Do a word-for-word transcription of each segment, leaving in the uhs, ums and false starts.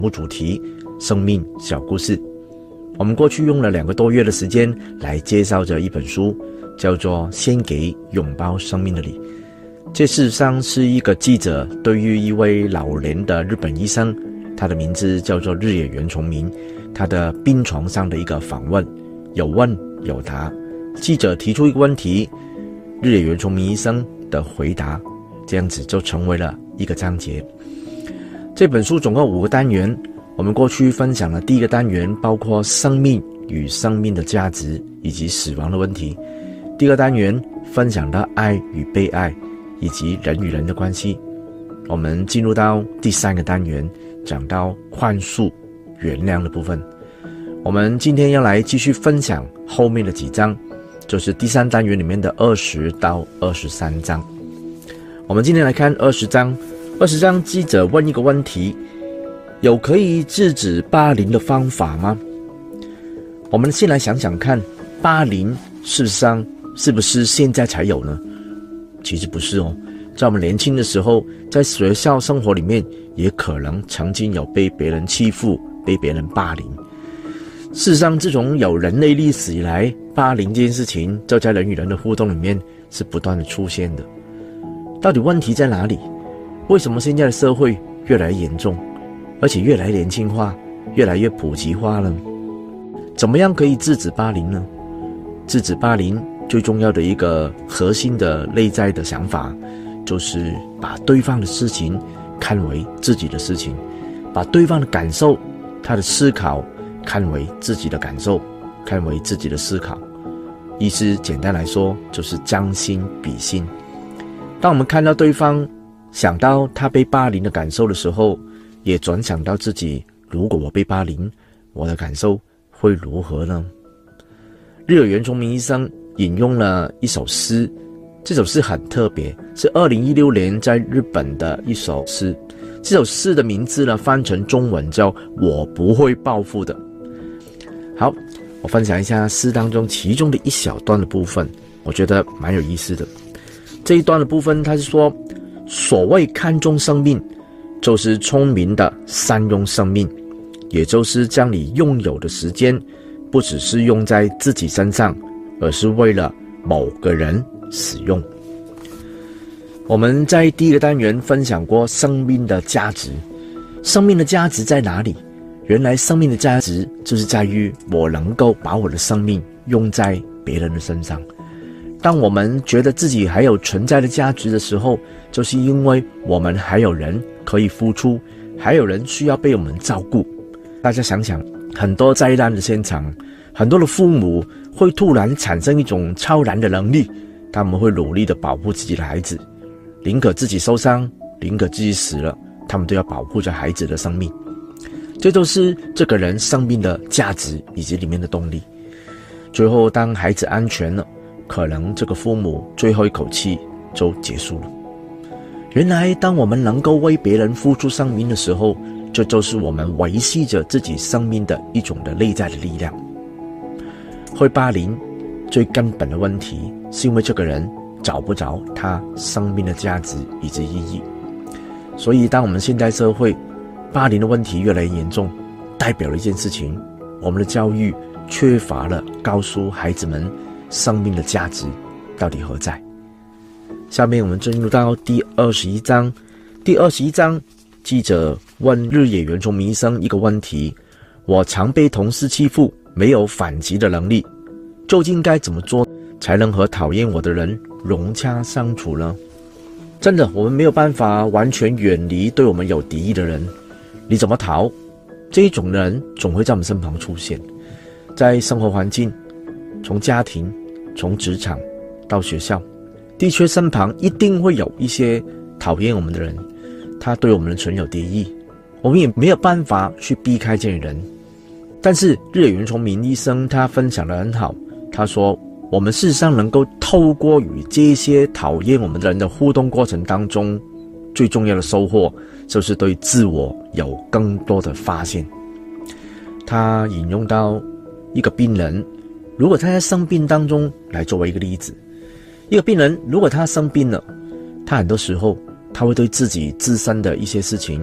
目主题生命小故事。我们过去用了两个多月的时间来介绍着一本书，叫做《献给拥抱生命的礼》。这事实上是一个记者对于一位老年的日本医生，他的名字叫做日野原重明，他的病床上的一个访问，有问有答。记者提出一个问题，日野原重明医生的回答，这样子就成为了一个章节。这本书总共五个单元，我们过去分享了第一个单元，包括生命与生命的价值以及死亡的问题。第二个单元分享到爱与被爱以及人与人的关系。我们进入到第三个单元，讲到宽恕原谅的部分。我们今天要来继续分享后面的几章，就是第三单元里面的二十到二十三章。我们今天来看二十章。二十章记者问一个问题，有可以制止霸凌的方法吗？我们先来想想看，霸凌事实上是不是现在才有呢？其实不是哦，在我们年轻的时候，在学校生活里面也可能曾经有被别人欺负，被别人霸凌。事实上，自从有人类历史以来，霸凌这件事情就在人与人的互动里面是不断的出现的。到底问题在哪里？为什么现在的社会越来越严重，而且越来越年轻化，越来越普及化了？怎么样可以制止霸凌呢？制止霸凌最重要的一个核心的内在的想法，就是把对方的事情看为自己的事情，把对方的感受，他的思考看为自己的感受，看为自己的思考。意思简单来说，就是将心比心。当我们看到对方，想到他被霸凌的感受的时候，也转想到自己，如果我被霸凌，我的感受会如何呢？日野原重明医生引用了一首诗，这首诗很特别，是二零一六年在日本的一首诗。这首诗的名字呢，翻成中文叫我不会报复的。好，我分享一下诗当中其中的一小段的部分，我觉得蛮有意思的。这一段的部分，他是说，所谓看重生命，就是聪明的善用生命，也就是将你拥有的时间，不只是用在自己身上，而是为了某个人使用。我们在第一个单元分享过生命的价值。生命的价值在哪里？原来生命的价值就是在于我能够把我的生命用在别人的身上。当我们觉得自己还有存在的价值的时候，就是因为我们还有人可以付出，还有人需要被我们照顾。大家想想，很多灾难的现场，很多的父母会突然产生一种超然的能力，他们会努力的保护自己的孩子，宁可自己受伤，宁可自己死了，他们都要保护着孩子的生命。这就是这个人生命的价值以及里面的动力。最后当孩子安全了，可能这个父母最后一口气就结束了。原来当我们能够为别人付出生命的时候，这就是我们维系着自己生命的一种的内在的力量。会霸凌最根本的问题，是因为这个人找不着他生命的价值以及意义。所以当我们现代社会霸凌的问题越来越严重，代表了一件事情，我们的教育缺乏了告诉孩子们生命的价值到底何在。下面我们进入到第二十一章。第二十一章，记者问日野原重明医生一个问题：我常被同事欺负，没有反击的能力，究竟该怎么做才能和讨厌我的人融洽相处呢？真的，我们没有办法完全远离对我们有敌意的人，你怎么逃？这一种人总会在我们身旁出现。在生活环境，从家庭，从职场到学校，的确身旁一定会有一些讨厌我们的人，他对我们存有敌意，我们也没有办法去避开这些人。但是日野原重明医生他分享得很好，他说我们事实上能够透过与这些讨厌我们的人的互动过程当中，最重要的收获就是对自我有更多的发现。他引用到一个病人，如果他在生病当中来作为一个例子，一个病人如果他生病了，他很多时候他会对自己自身的一些事情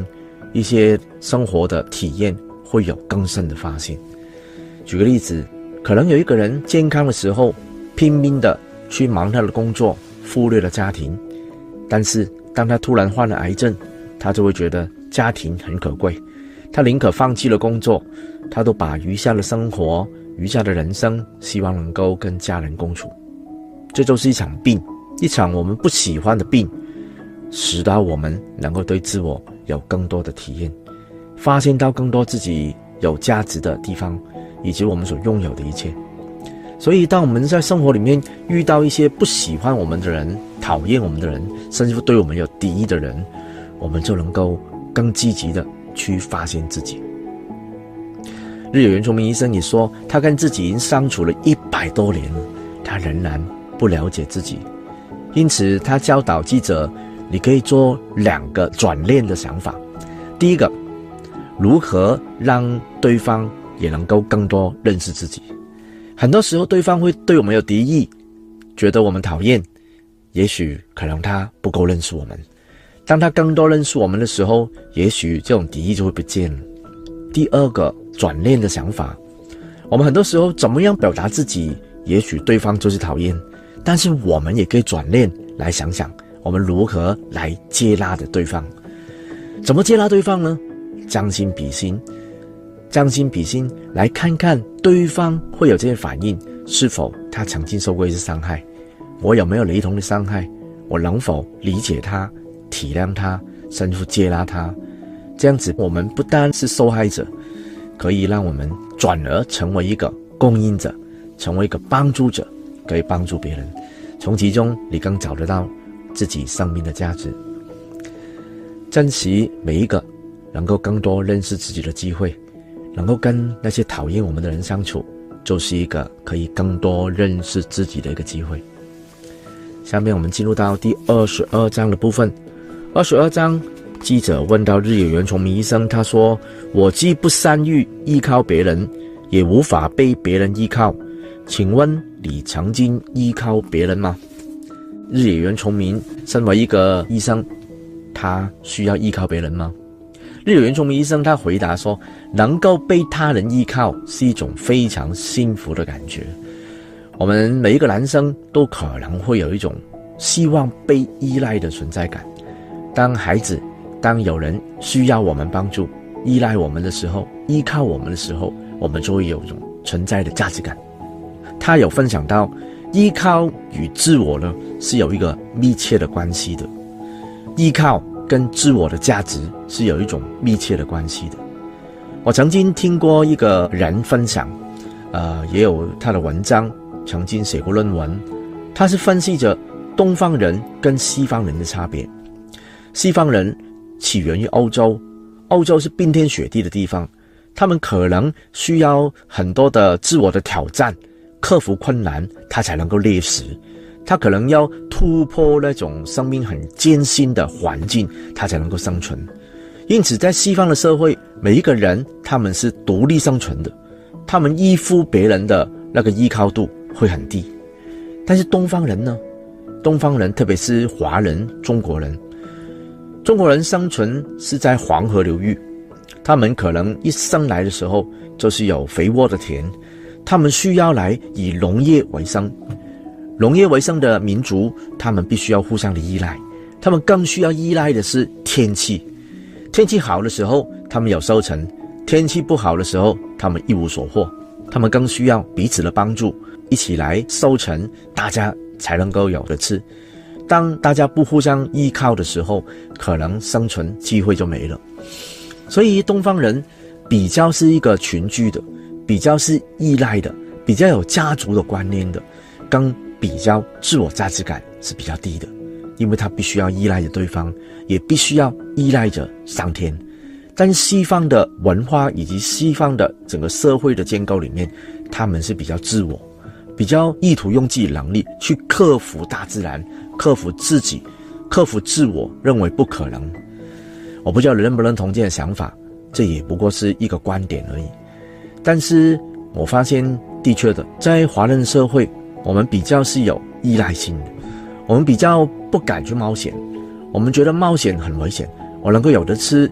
一些生活的体验会有更深的发现。举个例子，可能有一个人健康的时候拼命的去忙他的工作，忽略了家庭，但是当他突然患了癌症，他就会觉得家庭很可贵，他宁可放弃了工作，他都把余下的生活、余下的人生希望能够跟家人共处。这就是一场病，一场我们不喜欢的病，使得我们能够对自我有更多的体验，发现到更多自己有价值的地方，以及我们所拥有的一切。所以当我们在生活里面遇到一些不喜欢我们的人、讨厌我们的人，甚至对我们有敌意的人，我们就能够更积极的去发现自己。日野原重明医生也说，他跟自己已经相处了一百多年了，他仍然不了解自己，因此他教导记者，你可以做两个转念的想法。第一个，如何让对方也能够更多认识自己。很多时候对方会对我们有敌意，觉得我们讨厌，也许可能他不够认识我们。当他更多认识我们的时候，也许这种敌意就会不见了。第二个转念的想法，我们很多时候怎么样表达自己，也许对方就是讨厌，但是我们也可以转念来想想，我们如何来接纳的对方。怎么接纳对方呢？将心比心，将心比心，来看看对方会有这些反应，是否他曾经受过一次伤害，我有没有雷同的伤害，我能否理解他、体谅他，甚至接纳他。这样子我们不单是受害者，可以让我们转而成为一个供应者，成为一个帮助者，可以帮助别人，从其中你更找得到自己生命的价值。珍惜每一个能够更多认识自己的机会，能够跟那些讨厌我们的人相处，就是一个可以更多认识自己的一个机会。下面我们进入到第二十二章的部分。二十二章，记者问到日野原重明医生，他说，我既不善于依靠别人，也无法被别人依靠，请问你曾经依靠别人吗？日野原重明身为一个医生，他需要依靠别人吗？日野原重明医生他回答说，能够被他人依靠是一种非常幸福的感觉。我们每一个男生都可能会有一种希望被依赖的存在感。当孩子，当有人需要我们帮助、依赖我们的时候，依靠我们的时候，我们就会有一种存在的价值感。他有分享到，依靠与自我呢是有一个密切的关系的，依靠跟自我的价值是有一种密切的关系的。我曾经听过一个人分享，呃，也有他的文章，曾经写过论文，他是分析着东方人跟西方人的差别。西方人起源于欧洲，欧洲是冰天雪地的地方，他们可能需要很多的自我的挑战，克服困难，他才能够猎食。他可能要突破那种生命很艰辛的环境，他才能够生存。因此在西方的社会，每一个人他们是独立生存的，他们依附别人的那个依靠度会很低。但是东方人呢，东方人特别是华人、中国人，中国人生存是在黄河流域，他们可能一生来的时候就是有肥沃的田，他们需要来以农业为生。农业为生的民族，他们必须要互相的依赖，他们更需要依赖的是天气。天气好的时候，他们有收成；天气不好的时候，他们一无所获。他们更需要彼此的帮助，一起来收成，大家才能够有的吃。当大家不互相依靠的时候，可能生存机会就没了。所以东方人比较是一个群居的，比较是依赖的，比较有家族的观念的，更比较自我价值感是比较低的，因为他必须要依赖着对方，也必须要依赖着上天。但西方的文化以及西方的整个社会的建构里面，他们是比较自我，比较意图用自己能力去克服大自然，克服自己，克服自我，认为不可能。我不知道你认不认同这样的想法，这也不过是一个观点而已。但是我发现的确的，在华人社会，我们比较是有依赖性的，我们比较不敢去冒险，我们觉得冒险很危险，我能够有的吃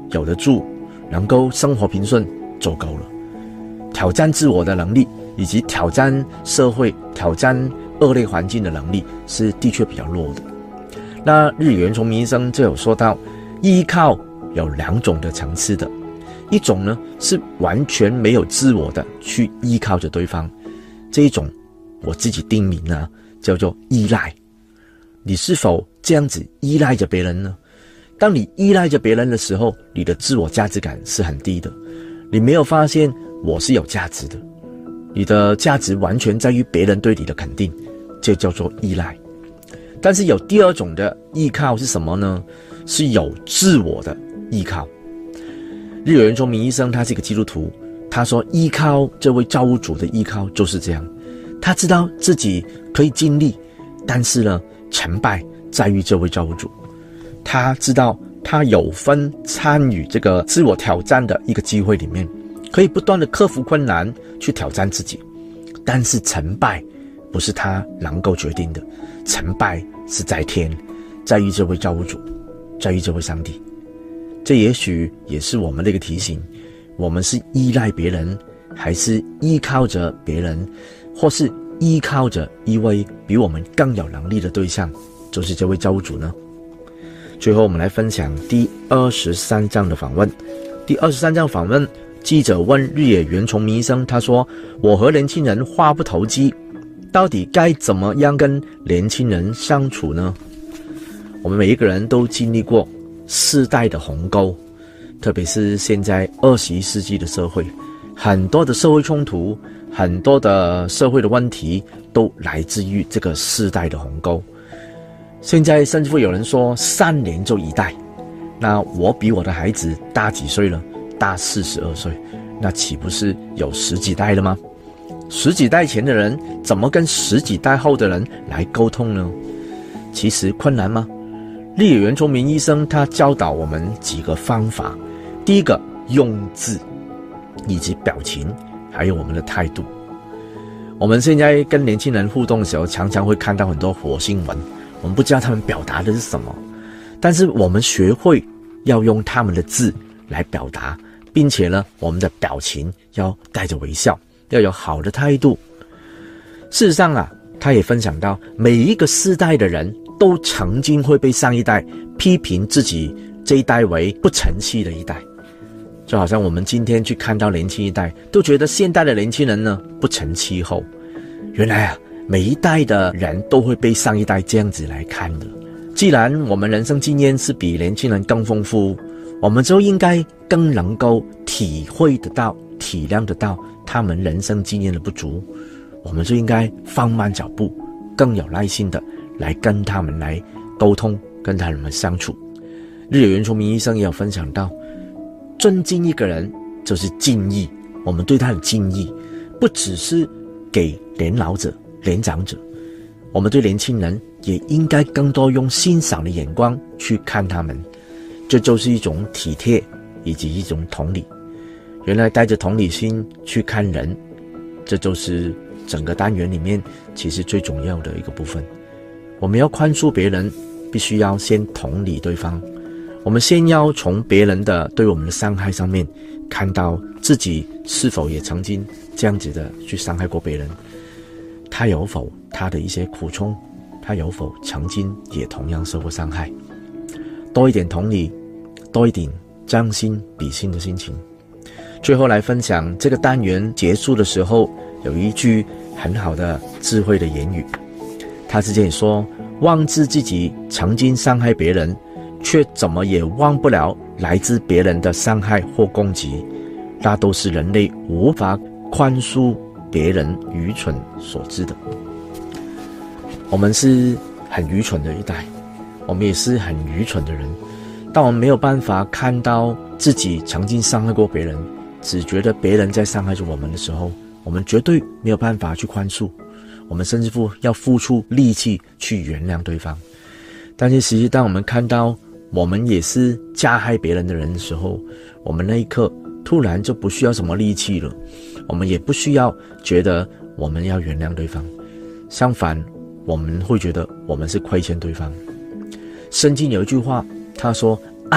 有得住，能够生活平顺就够了。挑战自我的能力，以及挑战社会、挑战恶劣环境的能力，是的确比较弱的。那日野原重明医生就有说到，依靠有两种的层次的，一种呢是完全没有自我的去依靠着对方，这一种我自己定名呢叫做依赖。你是否这样子依赖着别人呢？当你依赖着别人的时候，你的自我价值感是很低的，你没有发现我是有价值的，你的价值完全在于别人对你的肯定，这叫做依赖。但是有第二种的依靠是什么呢？是有自我的依靠。日野原重明医生他是一个基督徒，他说依靠这位造物主的依靠就是这样，他知道自己可以尽力，但是呢成败在于这位造物主。他知道他有份参与这个自我挑战的一个机会里面，可以不断的克服困难去挑战自己，但是成败不是他能够决定的，成败是在天，在于这位造物主，在于这位上帝。这也许也是我们的一个提醒，我们是依赖别人，还是依靠着别人，或是依靠着一位比我们更有能力的对象，就是这位造物主呢？最后我们来分享第二十三章的访问。第二十三章访问，记者问日野原重明医生，他说，我和年轻人话不投机，到底该怎么样跟年轻人相处呢？我们每一个人都经历过世代的鸿沟，特别是现在二十一世纪的社会，很多的社会冲突，很多的社会的问题都来自于这个世代的鸿沟。现在甚至会有人说三年就一代，那我比我的孩子大几岁了？大四十二岁，那岂不是有十几代了吗？十几代前的人怎么跟十几代后的人来沟通呢？其实困难吗？日野原重明医生他教导我们几个方法。第一个，用字以及表情，还有我们的态度。我们现在跟年轻人互动的时候，常常会看到很多火星文，我们不知道他们表达的是什么，但是我们学会要用他们的字来表达，并且呢，我们的表情要带着微笑，要有好的态度。事实上啊，他也分享到，每一个世代的人都曾经会被上一代批评自己这一代为不成器的一代，就好像我们今天去看到年轻一代，都觉得现代的年轻人呢不成气候。原来啊，每一代的人都会被上一代这样子来看的。既然我们人生经验是比年轻人更丰富，我们就应该更能够体会得到、体谅得到他们人生经验的不足，我们就应该放慢脚步，更有耐心的来跟他们来沟通，跟他们相处。日野原重明医生也有分享到，尊敬一个人就是敬意，我们对他的敬意不只是给年老者、年长者，我们对年轻人也应该更多用欣赏的眼光去看他们，这就是一种体贴以及一种同理。原来带着同理心去看人，这就是整个单元里面其实最重要的一个部分。我们要宽恕别人，必须要先同理对方。我们先要从别人的对我们的伤害上面，看到自己是否也曾经这样子的去伤害过别人，他有否他的一些苦衷，他有否曾经也同样受过伤害。多一点同理，多一点将心比心的心情。最后来分享这个单元结束的时候，有一句很好的智慧的言语，他是这样说，忘记自己曾经伤害别人，却怎么也忘不了来自别人的伤害或攻击，那都是人类无法宽恕别人愚蠢所致的。我们是很愚蠢的一代，我们也是很愚蠢的人。当我们没有办法看到自己曾经伤害过别人，只觉得别人在伤害着我们的时候，我们绝对没有办法去宽恕，我们甚至乎要付出力气去原谅对方。但是实际当我们看到我们也是加害别人的人的时候，我们那一刻突然就不需要什么力气了，我们也不需要觉得我们要原谅对方，相反我们会觉得我们是亏欠对方。圣经有一句话，他说爱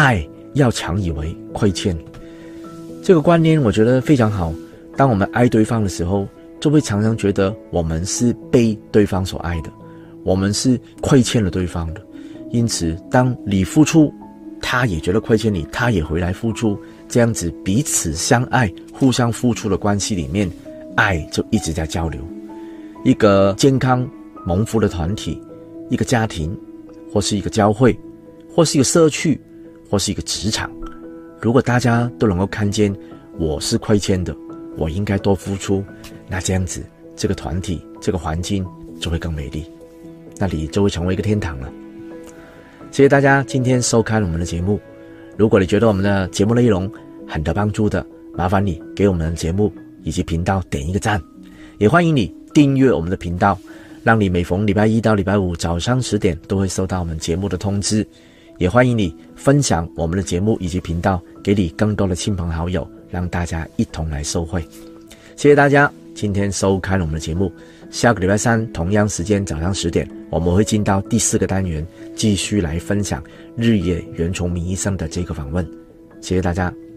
要常以为亏欠。这个观念我觉得非常好。当我们爱对方的时候，就会常常觉得我们是被对方所爱的，我们是亏欠了对方的。因此当你付出，他也觉得亏欠你，他也回来付出，这样子彼此相爱互相付出的关系里面，爱就一直在交流。一个健康蒙福的团体，一个家庭，或是一个教会，或是一个社区，或是一个职场，如果大家都能够看见我是亏欠的，我应该多付出，那这样子这个团体这个环境就会更美丽，那里就会成为一个天堂了。谢谢大家今天收看我们的节目。如果你觉得我们的节目内容很得帮助的，麻烦你给我们的节目以及频道点一个赞，也欢迎你订阅我们的频道，让你每逢礼拜一到礼拜五早上十点都会收到我们节目的通知。也欢迎你分享我们的节目以及频道给你更多的亲朋好友，让大家一同来受惠。谢谢大家今天收看我们的节目，下个礼拜三同样时间早上十点，我们会进到第四个单元，继续来分享日野原重明医生的这个访问。谢谢大家，